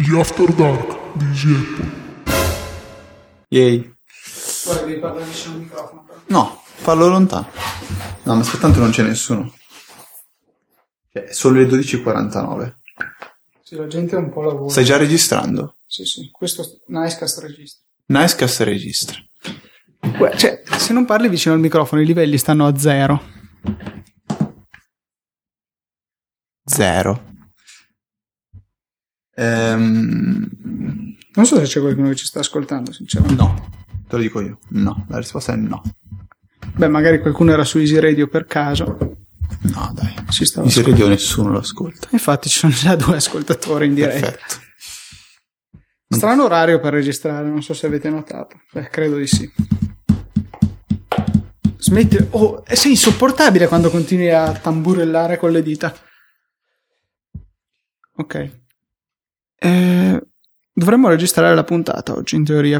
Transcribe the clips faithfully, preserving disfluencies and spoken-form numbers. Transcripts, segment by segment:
Gli After Dark di Easy Apple. Yay. Guarda, devi parlare vicino al microfono. Però. No, parlo lontano. No, ma aspetta, tanto non c'è nessuno. Cioè, sono le dodici e quarantanove. Sì, la gente è un po' lavora. Stai già registrando? Sì, sì. Questo Nicecast registra. Nicecast registra. Beh, cioè, se non parli vicino al microfono, i livelli stanno a zero. Zero. Ehm... Non so se c'è qualcuno che ci sta ascoltando, sinceramente. No, te lo dico io. No, la risposta è no. Beh, magari qualcuno era su Easy Radio per caso. No, dai. Si stava Easy Radio nessuno lo ascolta. Infatti ci sono già due ascoltatori in diretta. Perfetto. Strano orario per registrare, non so se avete notato. Beh, credo di sì. Smetti. Oh, sei insopportabile quando continui a tamburellare con le dita. Ok. Eh, dovremmo registrare la puntata oggi, in teoria.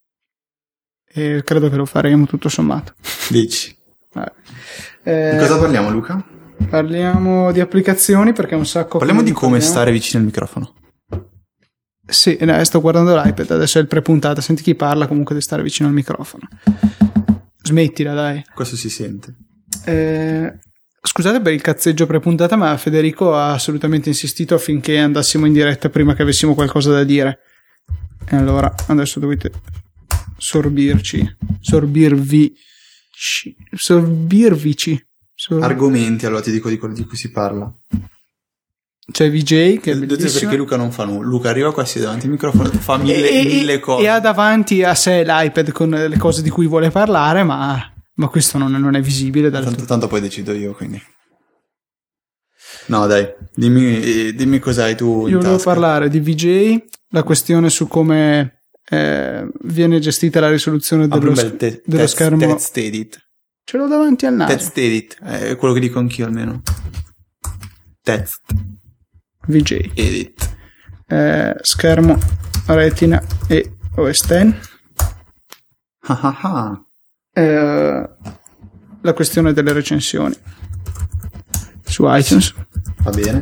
E credo che lo faremo tutto sommato. Dici. Eh, Di cosa parliamo, Luca? Parliamo di applicazioni perché è un sacco. Parliamo di come parliamo. stare vicino al microfono. Sì, no, sto guardando l'iPad, adesso è il prepuntata. Senti chi parla, comunque deve stare vicino al microfono. Smettila, dai. Questo si sente. Eh, scusate per il cazzeggio prepuntata, ma Federico ha assolutamente insistito affinché andassimo in diretta prima che avessimo qualcosa da dire. E allora adesso dovete sorbirci, sorbirvi, sorbirvici. Sor... Argomenti, allora ti dico di quello di cui si parla. C'è V J che è Vedete bellissimo. perché Luca non fa nulla. Luca arriva qua, si davanti al microfono, fa mille, e, mille cose. E ha davanti a sé l'iPad con le cose di cui vuole parlare, ma, ma questo non è, non è visibile. Dal Tanto, tanto poi decido io, quindi. No, dai, dimmi, dimmi cos'hai tu in Io volevo tasca. parlare di V J, la questione su come eh, viene gestita la risoluzione dello, Apri un bel te- dello test, schermo. Test edit. Ce l'ho davanti al naso. Test edit, è quello che dico anch'io almeno. Test V J. edit. Eh, schermo Retina e O S X. Ah ah ah. Eh, la questione delle recensioni su iTunes. Va bene.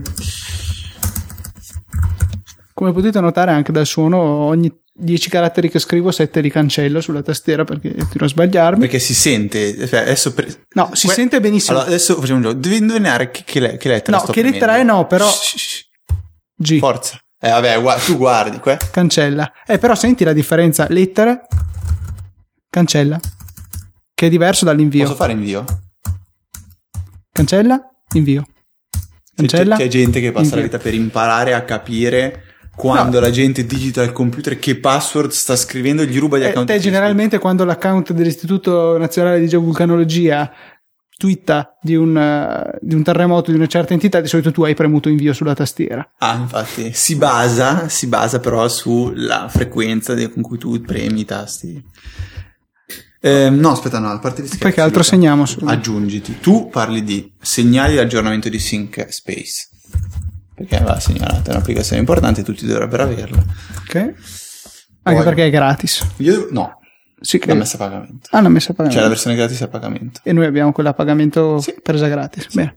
Come potete notare anche dal suono, ogni dieci caratteri che scrivo sette li cancello sulla tastiera perché tiro a sbagliarmi. Perché si sente, cioè adesso pre- No, si que- sente benissimo. Allora, adesso facciamo un gioco. Devi indovinare che, che, le- che lettera No, sto che lettera premendo. è no, però Shh, shh, shh. G. Forza. Eh vabbè, gua- tu guardi, que- Cancella. Eh, però senti la differenza. Lettera, cancella. Che è diverso dall'invio. Posso fare invio? Cancella, invio. C'è, Cancella. c'è gente che passa la invio. vita per imparare a capire quando No. la gente digita al computer che password sta scrivendo e gli ruba gli Eh, account. te Facebook. generalmente quando l'account dell'Istituto Nazionale di Geovulcanologia twitta di un, uh, di un terremoto di una certa entità, di solito tu hai premuto invio sulla tastiera. Ah, infatti, si basa, si basa però sulla frequenza de- con cui tu premi i tasti. Eh, no, aspetta, no, a parte gli scherzi. Poi che altro Luca, segniamo su? Aggiungiti. Tu parli di segnali di aggiornamento di Sync Space. Perché va segnalata, è un'applicazione importante, tutti dovrebbero averla. Ok. Anche Poi- perché è gratis. Io no, Sì, l'ha che messa a pagamento. hanno messo a pagamento. Cioè la versione gratis è a pagamento. E noi abbiamo quella a pagamento Sì. presa gratis. Bene.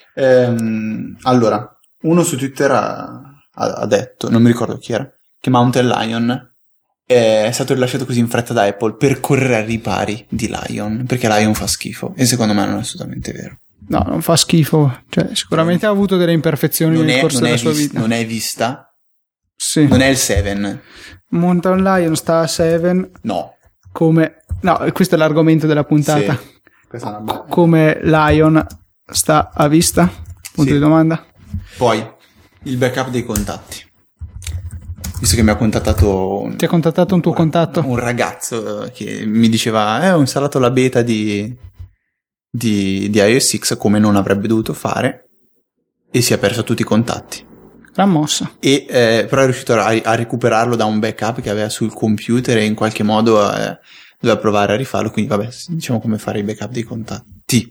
Ehm, allora, uno su Twitter ha, ha, ha detto, non mi ricordo chi era, che Mountain Lion è stato rilasciato così in fretta da Apple per correre ai ripari di Lion, perché Lion fa schifo, e secondo me non è assolutamente vero. No, non fa schifo. Cioè, sicuramente ha avuto delle imperfezioni Non nel è, corso non, della è sua vis- vita. non è vista, Sì. non è il sette, Mountain Lion sta a sette no. come... No, questo è l'argomento della puntata. Sì. Questa è una bella- Come Lion sta a vista? Punto Sì. di domanda. Poi, il backup dei contatti. Visto che mi ha contattato un, Ti ha contattato un tuo contatto? un ragazzo eh, che mi diceva eh, ho installato la beta di, di, di iOS X come non avrebbe dovuto fare e si è perso tutti i contatti Gran mossa. e eh, però è riuscito a, a recuperarlo da un backup che aveva sul computer e in qualche modo eh, doveva provare a rifarlo, quindi vabbè, diciamo come fare i backup dei contatti.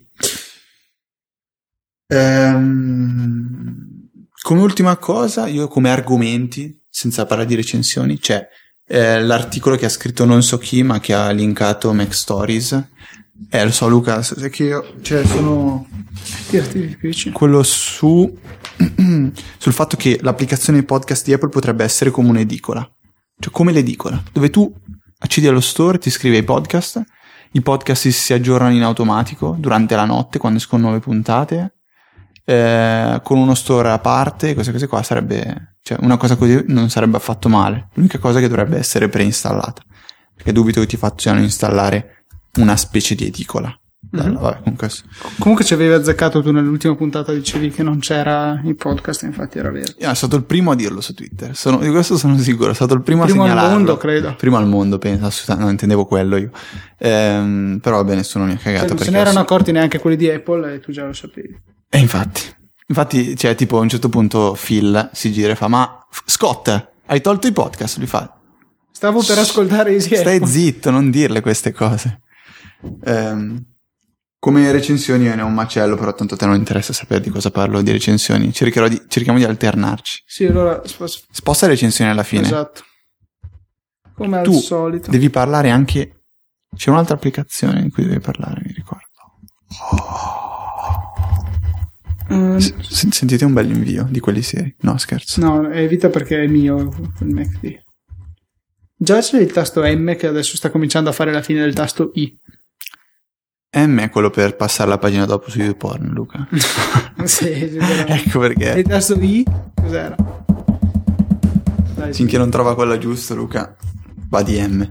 Ehm, come ultima cosa, io come argomenti, senza parlare di recensioni, c'è eh, l'articolo che ha scritto non so chi, ma che ha linkato Mac Stories Eh, lo so, Luca, è che io, cioè, sono Tirati di più vicino. quello su sul fatto che l'applicazione podcast di Apple potrebbe essere come un'edicola, cioè come l'edicola, dove tu accedi allo store, ti iscrivi ai podcast, i podcast si aggiornano in automatico durante la notte quando escono nuove puntate, eh, con uno store a parte, queste cose qua sarebbe, cioè una cosa così non sarebbe affatto male. L'unica cosa è che dovrebbe essere preinstallata, perché dubito che ti facciano installare una specie di edicola. Mm-hmm. Vabbè, comunque... Comunque ci avevi azzeccato tu nell'ultima puntata, dicevi che non c'era il podcast, infatti era vero. Io sono stato il primo a dirlo su Twitter, sono, di questo sono sicuro, sono stato il primo, primo a segnalarlo. al mondo, credo. Primo al mondo, penso, assolutamente, non intendevo quello io. Ehm, però vabbè, nessuno mi ha cagato. Cioè, non perché se ne erano so... accorti neanche quelli di Apple e tu già lo sapevi. E infatti, infatti, cioè, tipo a un certo punto Phil si gira e fa, ma Scott, hai tolto i podcast? Lui fa... Stavo per ascoltare Easy Stai Apple. zitto, non dirle queste cose. Ehm, come recensioni io ne ho un macello, però tanto a te non interessa sapere di cosa parlo di recensioni. Cercherò di, cerchiamo di alternarci. Sì, allora sp- Sposta le recensioni alla fine. esatto. Come Tu al solito. devi parlare anche... C'è un'altra applicazione in cui devi parlare, mi ricordo. Mm, S- sentite un bel invio di quelli seri. No, scherzo. no, evita perché è mio il M A C D. Già c'è il tasto M che adesso sta cominciando a fare la fine del tasto I. M è quello per passare la pagina dopo su YouPorn, Luca. Sì, sicuramente. Ecco E perché. il tasto I cos'era? Dai, sì. Finché non trova quello giusto, Luca, va di M.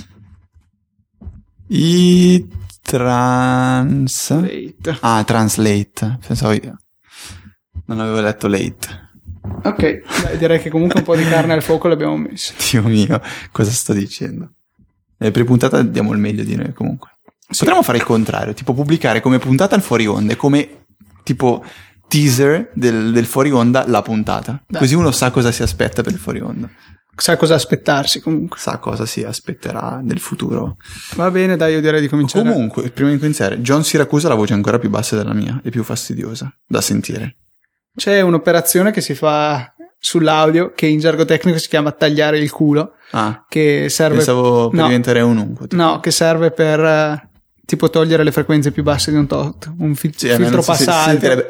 I trans... Wait. Ah, translate. Pensavo io. Non avevo letto late. Ok, dai, direi che comunque un po' di carne al fuoco l'abbiamo messo. Dio mio, cosa sto dicendo? Nelle prime puntate diamo il meglio di noi comunque. Sì. Potremmo fare il contrario, tipo pubblicare come puntata il fuori onda e come tipo teaser del, del fuori onda la puntata. Dai. Così uno sa cosa si aspetta per il fuori onda. Sa cosa aspettarsi comunque. Sa cosa si aspetterà nel futuro. Va bene, dai, io direi di cominciare. Comunque, prima di iniziare, John Siracusa ha la voce ancora più bassa della mia e più fastidiosa da sentire. C'è un'operazione che si fa sull'audio che in gergo tecnico si chiama tagliare il culo, Ah, che serve pensavo per no, diventare un unco. tipo. no, che serve per eh, tipo togliere le frequenze più basse di un tot, un fil- Sì, almeno filtro si- si passante. sentirebbe-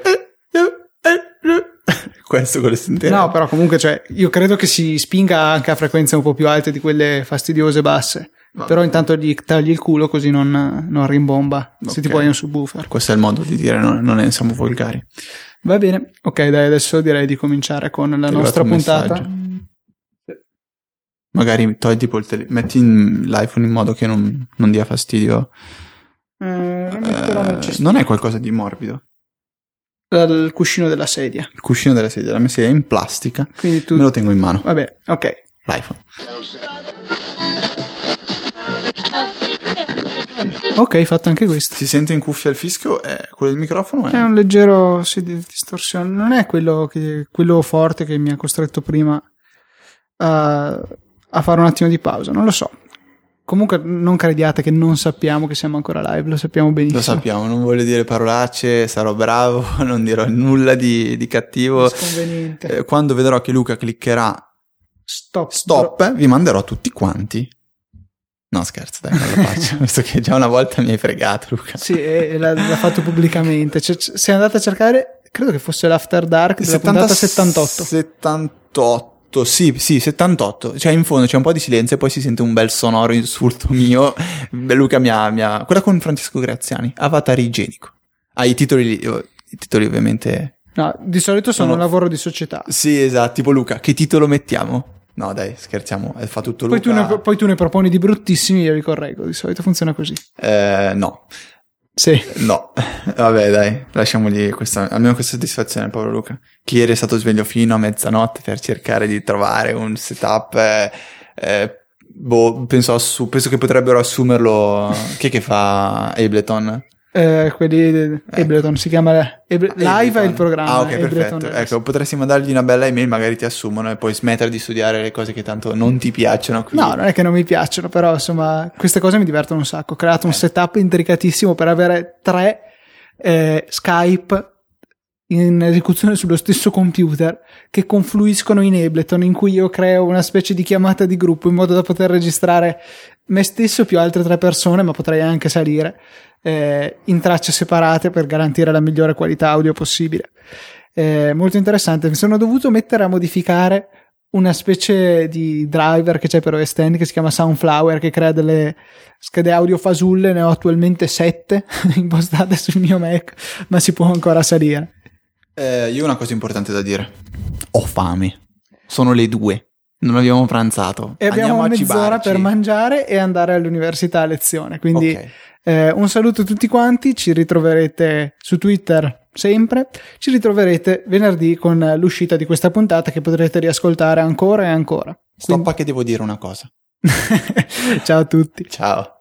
Questo con le sentere. No, però comunque cioè, io credo che si spinga anche a frequenze un po' più alte di quelle fastidiose basse. Vabbè. Però intanto gli tagli il culo così non, non rimbomba. Se Ok. tipo hai un subwoofer. Questo è il modo di dire, non, non ne siamo volgari. Va bene. Ok, dai, adesso direi di cominciare con la Ti è nostra arrivato un puntata. messaggio. Magari togli tipo il tele- metti in- l'iPhone in modo che non, non dia fastidio. Eh, lo metterò nel Eh, cestino. non è qualcosa di morbido. Dal cuscino della sedia. Il cuscino della sedia, la mia sedia è in plastica. Quindi tu. Me lo tengo in mano. Vabbè, ok. L'iPhone. Ok, fatto anche questo. Si sente in cuffia il fischio? Eh, quello del microfono è... È un leggero sì, di distorsione. Non è quello, che, quello forte che mi ha costretto prima a, a fare un attimo di pausa. Non lo so. Comunque non crediate che non sappiamo che siamo ancora live, lo sappiamo benissimo. Lo sappiamo, non voglio dire parolacce, sarò bravo, non dirò nulla di, di cattivo. Sconveniente. Eh, quando vedrò che Luca cliccherà Stop. stop, vi manderò tutti quanti. No, scherzo, dai, non lo faccio, visto che già una volta mi hai fregato, Luca. Sì, e, e l'ha, l'ha fatto pubblicamente. Cioè, c- sei andata a cercare, credo che fosse l'After Dark della puntata settantotto. settantotto, sì, sì, settantotto. Cioè in fondo c'è un po' di silenzio e poi si sente un bel sonoro insulto mio. Beh, Luca mi ha, mi ha... Quella con Francesco Graziani, Avatar igienico. Ah, i titoli, lì, i titoli ovviamente... No, di solito sono No, un no. lavoro di società. Sì, esatto, tipo Luca, che titolo mettiamo? No, dai, scherziamo, eh, fa tutto Poi Luca. tu, ne, poi tu ne proponi di bruttissimi, io li correggo. Di solito funziona così. Eh, no, Sì. no, vabbè dai, lasciamogli questa, almeno questa soddisfazione, povero Luca, che ieri è stato sveglio fino a mezzanotte per cercare di trovare un setup, eh, eh, boh, penso, assu- penso che potrebbero assumerlo, chi è che fa Ableton? Eh, quelli di Ableton si chiama Able- Live Ableton. è il programma. Ah, ok, Ableton perfetto, è- ecco, potresti mandargli una bella email, magari ti assumono e poi smettere di studiare le cose che tanto non ti piacciono. Quindi... No, non è che non mi piacciono, però insomma queste cose mi divertono un sacco. Ho creato un setup intricatissimo per avere tre eh, Skype in esecuzione sullo stesso computer che confluiscono in Ableton, in cui io creo una specie di chiamata di gruppo in modo da poter registrare me stesso più altre tre persone, ma potrei anche salire eh, in tracce separate per garantire la migliore qualità audio possibile. Eh, molto interessante. Mi sono dovuto mettere a modificare una specie di driver che c'è per O S X che si chiama Soundflower, che crea delle schede audio fasulle. Ne ho attualmente sette impostate sul mio Mac, ma si può ancora salire. Eh, io ho una cosa importante da dire. Ho fame. Sono le due. Non abbiamo pranzato. E abbiamo Andiamo a mezz'ora cibarci. per mangiare e andare all'università a lezione. Quindi Ok. eh, un saluto a tutti quanti. Ci ritroverete su Twitter sempre. Ci ritroverete venerdì con l'uscita di questa puntata, che potrete riascoltare ancora e ancora. Stoppa che devo dire una cosa. Ciao a tutti. Ciao.